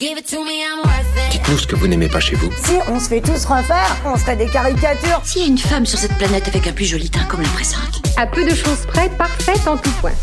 Dites-nous ce que vous n'aimez pas chez vous. Si on se fait tous refaire, on serait des caricatures. S'il y a une femme sur cette planète avec un plus joli teint comme la présente. À peu de choses près, parfaite en tout point.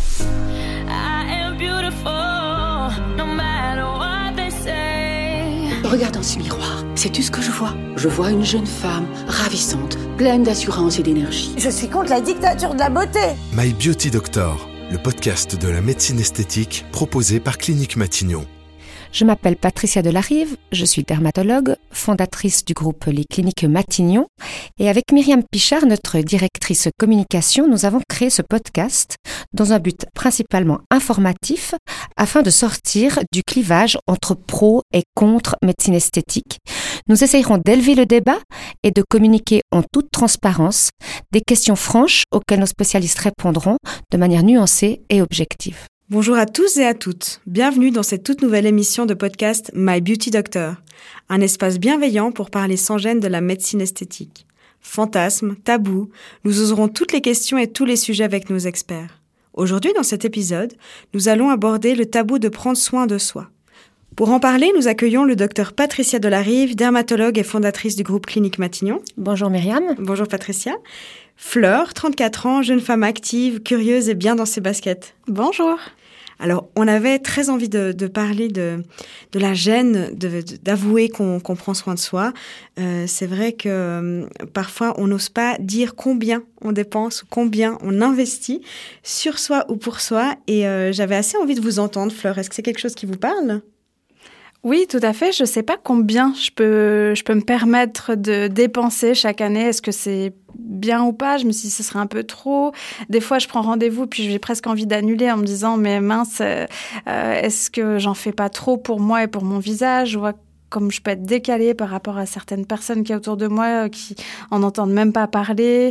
Regarde dans ce miroir. Sais-tu ce que je vois? Je vois une jeune femme ravissante, pleine d'assurance et d'énergie. Je suis contre la dictature de la beauté. My Beauty Doctor, le podcast de la médecine esthétique proposé par Clinique Matignon. Je m'appelle Patricia Delarive, je suis dermatologue, fondatrice du groupe Les Cliniques Matignon. Et avec Myriam Pichard, notre directrice communication, nous avons créé ce podcast dans un but principalement informatif afin de sortir du clivage entre pro et contre médecine esthétique. Nous essayerons d'élever le débat et de communiquer en toute transparence des questions franches auxquelles nos spécialistes répondront de manière nuancée et objective. Bonjour à tous et à toutes. Bienvenue dans cette toute nouvelle émission de podcast My Beauty Doctor, un espace bienveillant pour parler sans gêne de la médecine esthétique. Fantasmes, tabous, nous oserons toutes les questions et tous les sujets avec nos experts. Aujourd'hui, dans cet épisode, nous allons aborder le tabou de prendre soin de soi. Pour en parler, nous accueillons le docteur Patricia Delarive, dermatologue et fondatrice du groupe Clinique Matignon. Bonjour Myriam. Bonjour Patricia. Fleur, 34 ans, jeune femme active, curieuse et bien dans ses baskets. Bonjour. Alors, on avait très envie de parler de la gêne, d'avouer qu'on prend soin de soi. C'est vrai que parfois, on n'ose pas dire combien on dépense ou combien on investit sur soi ou pour soi. Et j'avais assez envie de vous entendre, Fleur. Est-ce que c'est quelque chose qui vous parle ? Oui, tout à fait. Je ne sais pas combien je peux me permettre de dépenser chaque année. Est-ce que c'est bien ou pas? Je me suis dit, ce serait un peu trop. Des fois, je prends rendez-vous, puis j'ai presque envie d'annuler en me disant, mais mince, est-ce que j'en fais pas trop pour moi et pour mon visage? Je vois comme je peux être décalée par rapport à certaines personnes qui sont autour de moi, qui en entendent même pas parler.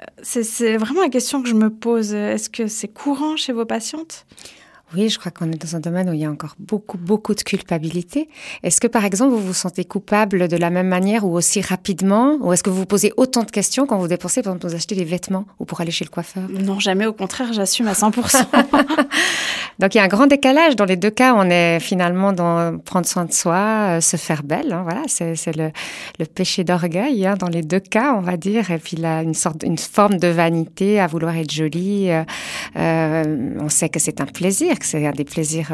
C'est vraiment la question que je me pose. Est-ce que c'est courant chez vos patientes ? Oui, je crois qu'on est dans un domaine où il y a encore beaucoup de culpabilité. Est-ce que, par exemple, vous vous sentez coupable de la même manière ou aussi rapidement? Ou est-ce que vous vous posez autant de questions quand vous dépensez, par exemple, pour acheter des vêtements ou pour aller chez le coiffeur? Non, jamais. Au contraire, j'assume à 100%. Donc, il y a un grand décalage. Dans les deux cas, on est finalement dans prendre soin de soi, se faire belle. Hein, voilà, c'est le péché d'orgueil dans les deux cas, on va dire. Et puis, là, une forme de vanité à vouloir être jolie. On sait que c'est un plaisir, que c'est un des plaisirs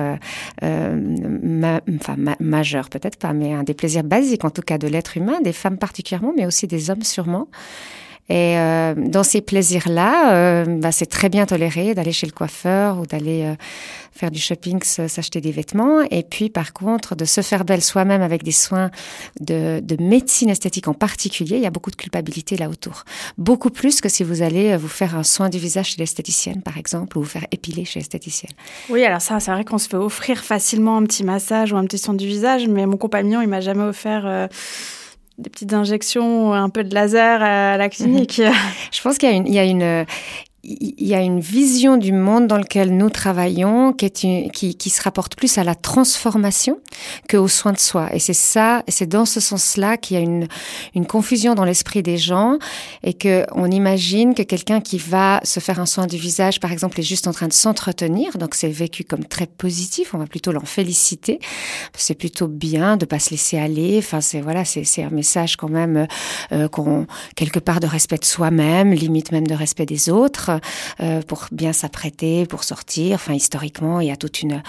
majeurs, peut-être pas, mais un des plaisirs basiques, en tout cas, de l'être humain, des femmes particulièrement, mais aussi des hommes sûrement. Et dans ces plaisirs-là, c'est très bien toléré d'aller chez le coiffeur ou d'aller faire du shopping, s'acheter des vêtements. Et puis, par contre, de se faire belle soi-même avec des soins de médecine esthétique en particulier, il y a beaucoup de culpabilité là autour. Beaucoup plus que si vous allez vous faire un soin du visage chez l'esthéticienne, par exemple, ou vous faire épiler chez l'esthéticienne. Oui, alors ça, c'est vrai qu'on se fait offrir facilement un petit massage ou un petit soin du visage, mais mon compagnon, il m'a jamais offert des petites injections, un peu de laser à la clinique. Je pense qu'il y a une vision du monde dans lequel nous travaillons qui se rapporte plus à la transformation qu'aux soins de soi. Et c'est dans ce sens-là qu'il y a une confusion dans l'esprit des gens et qu'on imagine que quelqu'un qui va se faire un soin du visage, par exemple, est juste en train de s'entretenir. Donc, c'est vécu comme très positif. On va plutôt l'en féliciter. C'est plutôt bien de pas se laisser aller. Enfin, c'est un message quand même quelque part de respect de soi-même, limite même de respect des autres. Pour bien s'apprêter, pour sortir. Enfin, historiquement, il y a toute une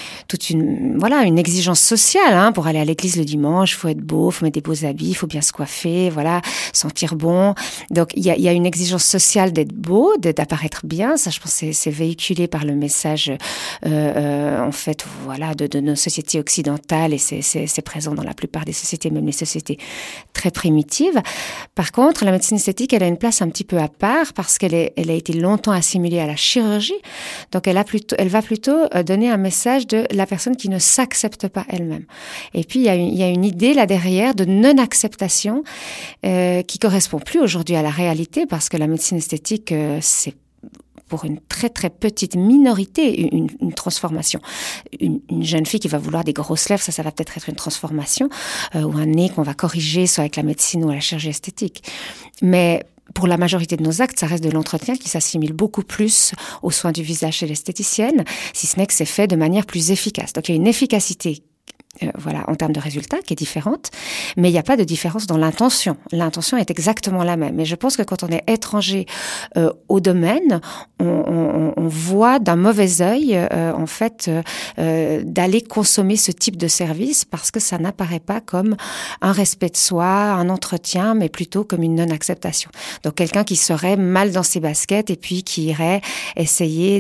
exigence sociale pour aller à l'église le dimanche. Il faut être beau, il faut mettre des beaux habits, il faut bien se coiffer, sentir bon. Donc, il y a une exigence sociale d'être beau, d'apparaître bien. Ça, je pense, c'est véhiculé par le message, en fait, de nos sociétés occidentales et c'est présent dans la plupart des sociétés, même les sociétés très primitives. Par contre, la médecine esthétique, elle a une place un petit peu à part parce qu'elle a été longtemps assimilée à la chirurgie. Donc, elle va plutôt donner un message de la personne qui ne s'accepte pas elle-même. Et puis, il y a une idée là derrière de non-acceptation qui correspond plus aujourd'hui à la réalité parce que la médecine esthétique, c'est pour une très très petite minorité une transformation. Une jeune fille qui va vouloir des grosses lèvres, ça va peut-être être une transformation ou un nez qu'on va corriger soit avec la médecine ou la chirurgie esthétique. Mais pour la majorité de nos actes, ça reste de l'entretien qui s'assimile beaucoup plus aux soins du visage chez l'esthéticienne, si ce n'est que c'est fait de manière plus efficace. Donc il y a une efficacité voilà, en termes de résultats, qui est différente, mais il n'y a pas de différence dans l'intention. L'intention est exactement la même. Et je pense que quand on est étranger au domaine, on voit d'un mauvais œil, en fait, d'aller consommer ce type de service parce que ça n'apparaît pas comme un respect de soi, un entretien, mais plutôt comme une non-acceptation. Donc quelqu'un qui serait mal dans ses baskets et puis qui irait essayer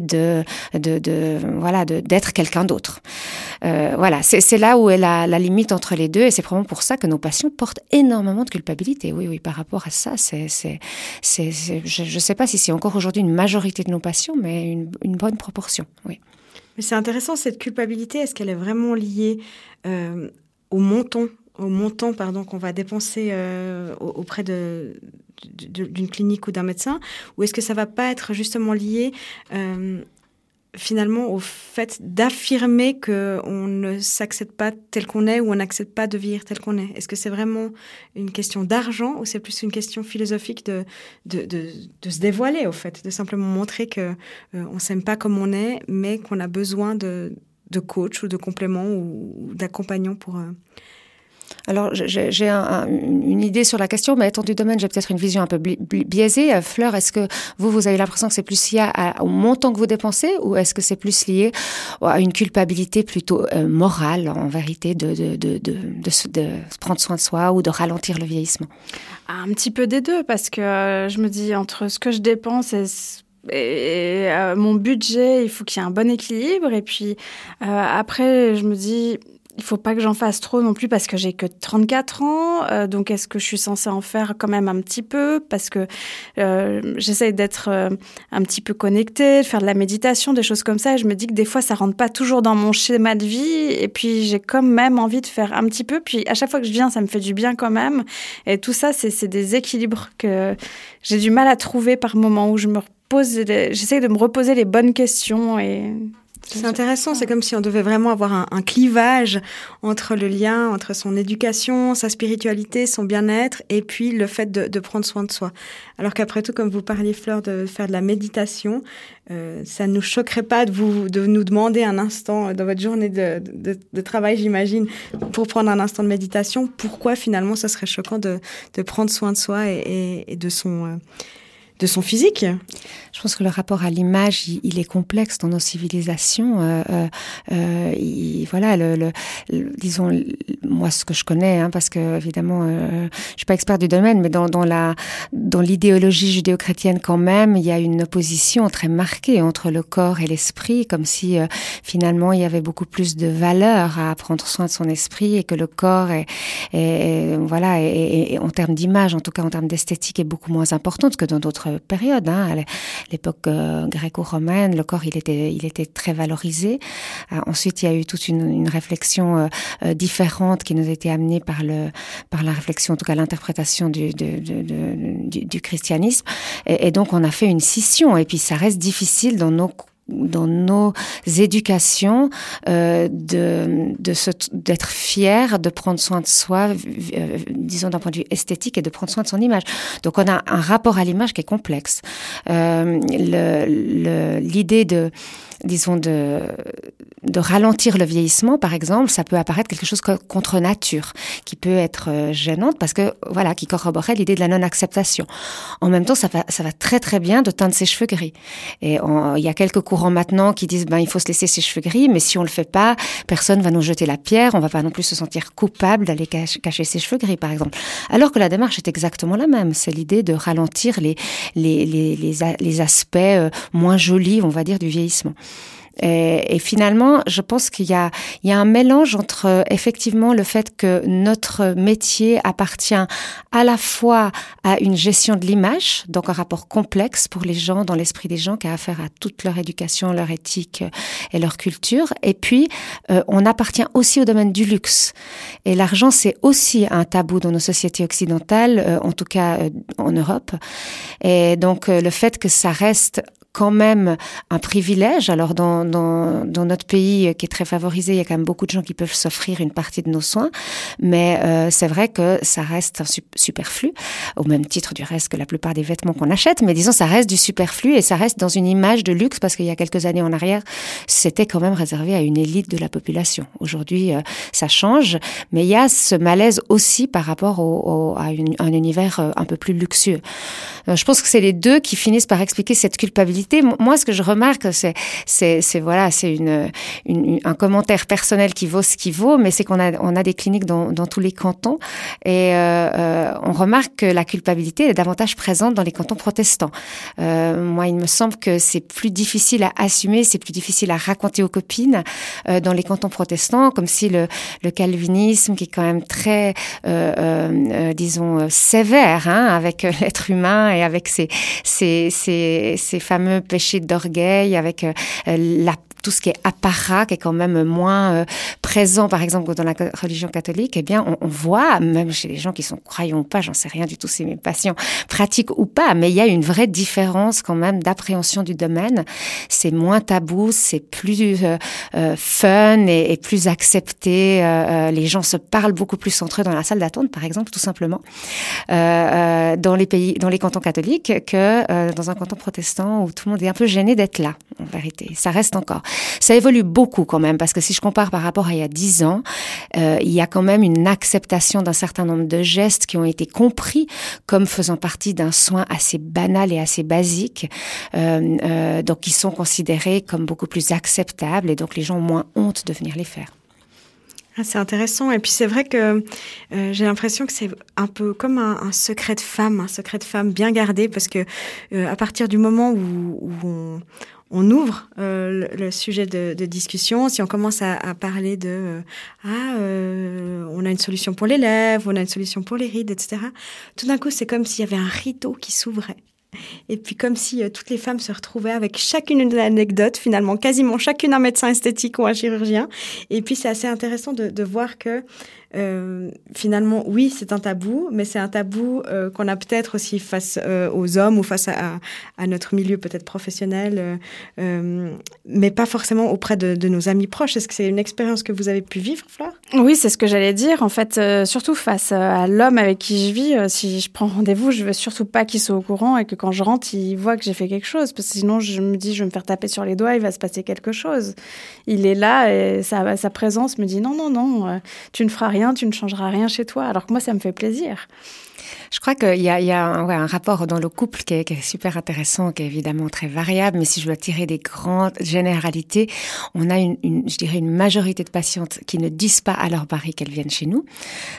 d'être quelqu'un d'autre. Voilà, c'est là où est la limite entre les deux, et c'est probablement pour ça que nos patients portent énormément de culpabilité. Oui, par rapport à ça, je ne sais pas si c'est encore aujourd'hui une majorité de nos patients, mais une bonne proportion, oui. Mais c'est intéressant, cette culpabilité, est-ce qu'elle est vraiment liée au montant qu'on va dépenser auprès d'une clinique ou d'un médecin, ou est-ce que ça va pas être justement lié finalement au fait d'affirmer qu'on ne s'accepte pas tel qu'on est, ou on n'accepte pas de vieillir tel qu'on est? Est-ce que c'est vraiment une question d'argent, ou c'est plus une question philosophique de se dévoiler, au fait, de simplement montrer que on s'aime pas comme on est, mais qu'on a besoin de coach ou de complément ou d'accompagnant pour... Alors, j'ai une idée sur la question, mais étant du domaine, j'ai peut-être une vision un peu biaisée. Fleur, est-ce que vous avez l'impression que c'est plus lié au montant que vous dépensez, ou est-ce que c'est plus lié à une culpabilité plutôt morale, en vérité, de prendre soin de soi ou de ralentir le vieillissement? Un petit peu des deux, parce que je me dis, entre ce que je dépense et mon budget, il faut qu'il y ait un bon équilibre. Et puis après, je me dis... Il faut pas que j'en fasse trop non plus, parce que j'ai que 34 ans. Donc, est-ce que je suis censée en faire quand même un petit peu? Parce que j'essaye d'être un petit peu connectée, de faire de la méditation, des choses comme ça. Et je me dis que des fois, ça rentre pas toujours dans mon schéma de vie. Et puis, j'ai quand même envie de faire un petit peu. Puis, à chaque fois que je viens, ça me fait du bien quand même. Et tout ça, c'est des équilibres que j'ai du mal à trouver par moments, où j'essaye de me reposer les bonnes questions. Et... C'est intéressant, c'est comme si on devait vraiment avoir un clivage entre le lien, entre son éducation, sa spiritualité, son bien-être, et puis le fait de prendre soin de soi. Alors qu'après tout, comme vous parliez, Fleur, de faire de la méditation, ça ne nous choquerait pas de nous demander un instant dans votre journée de travail, j'imagine, pour prendre un instant de méditation. Pourquoi finalement ça serait choquant de prendre soin de soi et de son physique? Je pense que le rapport à l'image, il est complexe dans nos civilisations. Voilà, disons, moi, ce que je connais, parce que évidemment, je suis pas experte du domaine, mais dans l'idéologie judéo-chrétienne quand même, il y a une opposition très marquée entre le corps et l'esprit, comme si finalement il y avait beaucoup plus de valeur à prendre soin de son esprit, et que le corps est en termes d'image, en tout cas en termes d'esthétique, est beaucoup moins importante que dans d'autres périodes. À l'époque gréco-romaine, le corps il était très valorisé. Ensuite, il y a eu toute une réflexion différente qui nous a été amenée par la réflexion, en tout cas l'interprétation du christianisme. Et donc, on a fait une scission. Et puis, ça reste difficile dans nos éducations d'être fier de prendre soin de soi, disons d'un point de vue esthétique, et de prendre soin de son image. Donc on a un rapport à l'image qui est complexe. L'idée de ralentir le vieillissement, par exemple, ça peut apparaître quelque chose contre nature, qui peut être gênante, parce que voilà, qui corroborerait l'idée de la non-acceptation. En même temps, ça va très très bien de teindre ses cheveux gris. Et il y a quelques courants maintenant qui disent il faut se laisser ses cheveux gris, mais si on le fait pas, personne va nous jeter la pierre, on va pas non plus se sentir coupable d'aller cacher ses cheveux gris, par exemple. Alors que la démarche est exactement la même. C'est l'idée de ralentir les aspects moins jolis, on va dire, du vieillissement. Et finalement, je pense qu'il y a un mélange entre effectivement le fait que notre métier appartient à la fois à une gestion de l'image, donc un rapport complexe pour les gens, dans l'esprit des gens, qui a affaire à toute leur éducation, leur éthique et leur culture. Et puis, on appartient aussi au domaine du luxe. Et l'argent, c'est aussi un tabou dans nos sociétés occidentales, en tout cas en Europe. Et donc, le fait que ça reste quand même un privilège. Alors dans notre pays qui est très favorisé, il y a quand même beaucoup de gens qui peuvent s'offrir une partie de nos soins, mais c'est vrai que ça reste un superflu, au même titre du reste que la plupart des vêtements qu'on achète, mais disons ça reste du superflu et ça reste dans une image de luxe parce qu'il y a quelques années en arrière, c'était quand même réservé à une élite de la population. Aujourd'hui, ça change, mais il y a ce malaise aussi par rapport à un univers un peu plus luxueux. Je pense que c'est les deux qui finissent par expliquer cette culpabilité. Moi, ce que je remarque, c'est un commentaire personnel qui vaut ce qu'il vaut, mais c'est qu'on a des cliniques dans tous les cantons et on remarque que la culpabilité est davantage présente dans les cantons protestants. Moi, il me semble que c'est plus difficile à assumer, c'est plus difficile à raconter aux copines dans les cantons protestants, comme si le calvinisme, qui est quand même très, disons, sévère avec l'être humain et avec ces fameux péchés d'orgueil, avec tout ce qui est apparat, qui est quand même moins présent, par exemple, dans la religion catholique, eh bien, on voit, même chez les gens qui sont croyants ou pas, j'en sais rien du tout, c'est mes passions, pratiques ou pas, mais il y a une vraie différence quand même d'appréhension du domaine. C'est moins tabou, c'est plus fun et plus accepté. Les gens se parlent beaucoup plus entre eux dans la salle d'attente, par exemple, tout simplement, dans les cantons catholiques que dans un canton protestant où tout le monde est un peu gêné d'être là, en vérité. Ça reste encore. Ça évolue beaucoup quand même, parce que si je compare par rapport à il y a 10 ans, il y a quand même une acceptation d'un certain nombre de gestes qui ont été compris comme faisant partie d'un soin assez banal et assez basique, donc qui sont considérés comme beaucoup plus acceptables, et donc les gens ont moins honte de venir les faire. C'est intéressant. Et puis c'est vrai que j'ai l'impression que c'est un peu comme un secret de femme bien gardé, parce que à partir du moment où on ouvre le sujet de discussion, si on commence à parler on a une solution pour les lèvres, on a une solution pour les rides, etc. Tout d'un coup, c'est comme s'il y avait un rideau qui s'ouvrait. Et puis comme si toutes les femmes se retrouvaient avec chacune une anecdote, finalement, quasiment chacune un médecin esthétique ou un chirurgien. Et puis c'est assez intéressant de voir que finalement, oui, c'est un tabou, mais c'est un tabou qu'on a peut-être aussi face aux hommes ou face à notre milieu peut-être professionnel, mais pas forcément auprès de nos amis proches. Est-ce que c'est une expérience que vous avez pu vivre, Fleur ? Oui, c'est ce que j'allais dire. En fait, surtout face à l'homme avec qui je vis, si je prends rendez-vous, je veux surtout pas qu'il soit au courant et que quand je rentre, il voit que j'ai fait quelque chose. Parce que sinon, je me dis, je vais me faire taper sur les doigts, il va se passer quelque chose. Il est là et sa présence me dit non, tu ne feras rien, tu ne changeras rien chez toi. Alors que moi, ça me fait plaisir. Je crois qu'il y a un rapport dans le couple qui est super intéressant, qui est évidemment très variable, mais si je dois tirer des grandes généralités, on a je dirais une majorité de patientes qui ne disent pas à leur mari qu'elles viennent chez nous.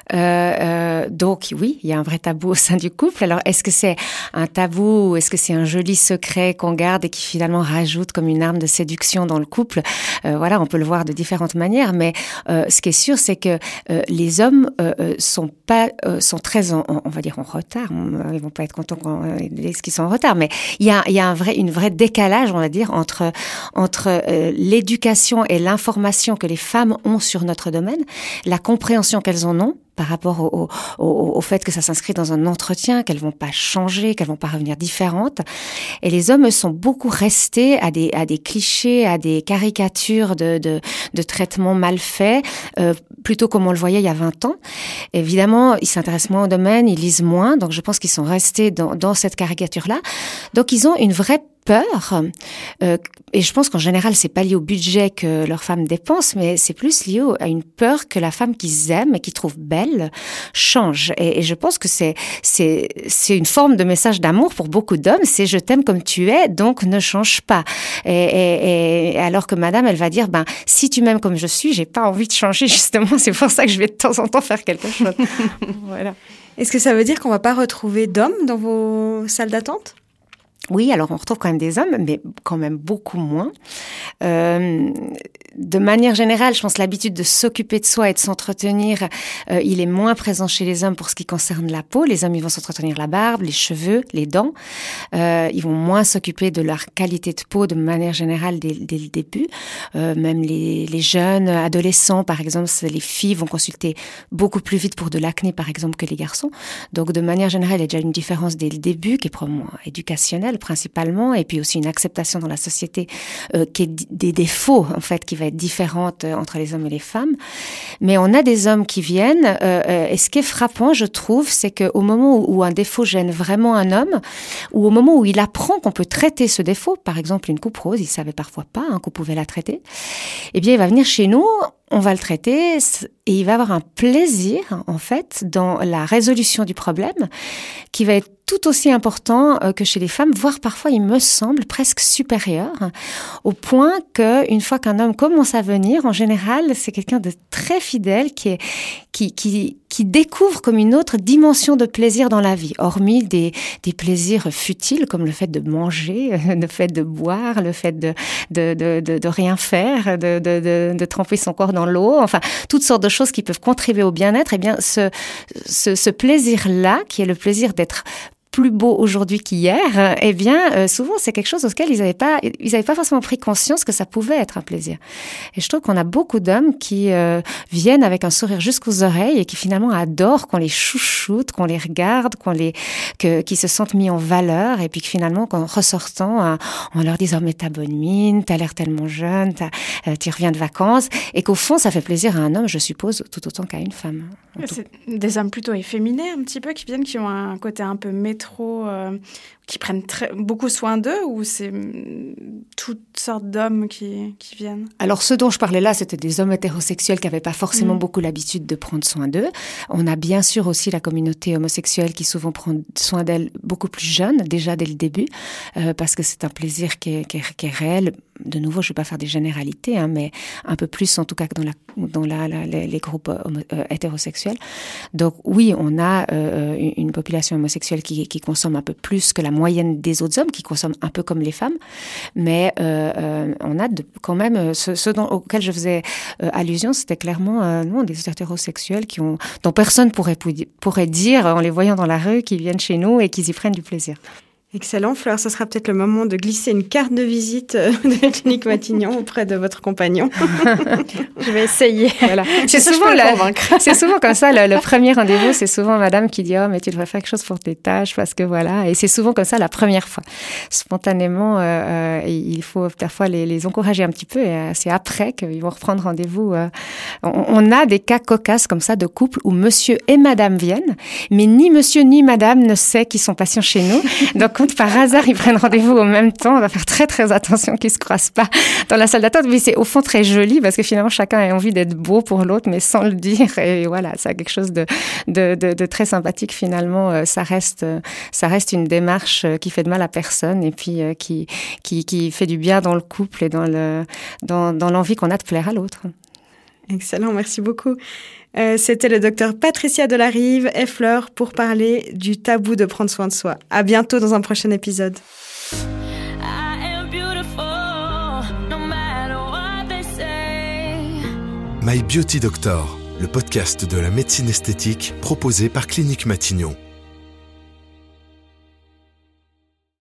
Donc oui, il y a un vrai tabou au sein du couple. Alors est-ce que c'est un tabou ou est-ce que c'est un joli secret qu'on garde et qui finalement rajoute comme une arme de séduction dans le couple ? Voilà, on peut le voir de différentes manières, mais ce qui est sûr, c'est que les hommes sont très on va dire en retard. Ils vont pas être contents quand ils disent qu'ils sont en retard, mais il y a une vraie décalage, on va dire, entre l'éducation et l'information que les femmes ont sur notre domaine, la compréhension qu'elles en ont par rapport au fait que ça s'inscrit dans un entretien, qu'elles vont pas changer, qu'elles vont pas revenir différentes. Et les hommes sont beaucoup restés à des clichés, à des caricatures de traitements mal faits, plutôt comme on le voyait il y a 20 ans. Évidemment, ils s'intéressent moins au domaine, ils lisent moins, donc je pense qu'ils sont restés dans cette caricature-là. Donc ils ont une vraie peur, et je pense qu'en général c'est pas lié au budget que leur femme dépense, mais c'est plus lié à une peur que la femme qu'ils aiment et qu'ils trouvent belle change. Et je pense que c'est une forme de message d'amour pour beaucoup d'hommes, c'est je t'aime comme tu es, donc ne change pas. Et alors que madame, elle va dire, si tu m'aimes comme je suis, j'ai pas envie de changer, justement, c'est pour ça que je vais de temps en temps faire quelque chose. Voilà. Est-ce que ça veut dire qu'on va pas retrouver d'hommes dans vos salles d'attente ? Oui, alors on retrouve quand même des hommes, mais quand même beaucoup moins. de manière générale, je pense que l'habitude de s'occuper de soi et de s'entretenir, il est moins présent chez les hommes pour ce qui concerne la peau. Les hommes, ils vont s'entretenir la barbe, les cheveux, les dents. Ils vont moins s'occuper de leur qualité de peau de manière générale dès le début. Même les jeunes adolescents, par exemple, les filles vont consulter beaucoup plus vite pour de l'acné, par exemple, que les garçons. Donc, de manière générale, il y a déjà une différence dès le début qui est probablement éducationnelle principalement, et puis aussi une acceptation dans la société qui est des défauts, en fait, qui va être différente entre les hommes et les femmes. Mais on a des hommes qui viennent, et ce qui est frappant, je trouve, c'est qu'au moment où un défaut gêne vraiment un homme, ou au moment où il apprend qu'on peut traiter ce défaut, par exemple une coupe rose, il savait parfois pas qu'on pouvait la traiter, eh bien il va venir chez nous, on va le traiter et il va avoir un plaisir, en fait, dans la résolution du problème qui va être tout aussi important que chez les femmes, voire parfois, il me semble, presque supérieur, au point qu'une fois qu'un homme commence à venir, en général, c'est quelqu'un de très fidèle qui découvre comme une autre dimension de plaisir dans la vie, hormis des plaisirs futiles comme le fait de manger, le fait de boire, le fait de rien faire, de tremper son corps dans l'eau, enfin, toutes sortes de choses qui peuvent contribuer au bien-être. Eh bien, ce plaisir-là, qui est le plaisir d'être plus beau aujourd'hui qu'hier, eh bien, souvent, c'est quelque chose auquel ils avaient pas forcément pris conscience que ça pouvait être un plaisir. Et je trouve qu'on a beaucoup d'hommes qui viennent avec un sourire jusqu'aux oreilles et qui finalement adorent qu'on les chouchoute, qu'on les regarde, qu'ils se sentent mis en valeur, et puis que finalement, qu'en ressortant, on leur dise « Oh, mais t'as bonne mine, t'as l'air tellement jeune, tu reviens de vacances », et qu'au fond, ça fait plaisir à un homme, je suppose, tout autant qu'à une femme. C'est des hommes plutôt efféminés, un petit peu, qui viennent, qui ont un côté un peu qui prennent beaucoup soin d'eux, ou c'est toutes sortes d'hommes qui viennent? Alors, ceux dont je parlais là, c'était des hommes hétérosexuels qui n'avaient pas forcément beaucoup l'habitude de prendre soin d'eux. On a bien sûr aussi la communauté homosexuelle qui souvent prend soin d'elle beaucoup plus jeune, déjà dès le début, parce que c'est un plaisir qui est réel. De nouveau, je ne vais pas faire des généralités, mais un peu plus en tout cas que dans les groupes hétérosexuels. Donc oui, on a une population homosexuelle qui consomme un peu plus que la moyenne des autres hommes, qui consomment un peu comme les femmes, mais on a quand même ceux auxquels je faisais allusion, c'était clairement des hétérosexuels dont personne pourrait dire en les voyant dans la rue qu'ils viennent chez nous et qu'ils y prennent du plaisir. Excellent, Fleur. Ce sera peut-être le moment de glisser une carte de visite de la clinique Matignon auprès de votre compagnon. Je vais essayer. Voilà. C'est souvent comme ça. Le premier rendez-vous, c'est souvent madame qui dit « Oh, mais tu devrais faire quelque chose pour tes tâches, parce que voilà. » Et c'est souvent comme ça la première fois. Spontanément, il faut parfois les encourager un petit peu. Et c'est après qu'ils vont reprendre rendez-vous. On a des cas cocasses comme ça de couples où monsieur et madame viennent, mais ni monsieur ni madame ne sait qu'ils sont patients chez nous. Donc, par hasard, ils prennent rendez-vous au même temps. On va faire très, très attention qu'ils ne se croisent pas dans la salle d'attente. Mais c'est au fond très joli parce que finalement, chacun a envie d'être beau pour l'autre, mais sans le dire. Et voilà, ça a quelque chose de très sympathique finalement. Ça reste une démarche qui fait de mal à personne et puis qui fait du bien dans le couple et dans l'envie qu'on a de plaire à l'autre. Excellent, merci beaucoup. C'était le docteur Patricia Delarive et Fleur pour parler du tabou de prendre soin de soi. À bientôt dans un prochain épisode. My Beauty Doctor, le podcast de la médecine esthétique proposé par Clinique Matignon.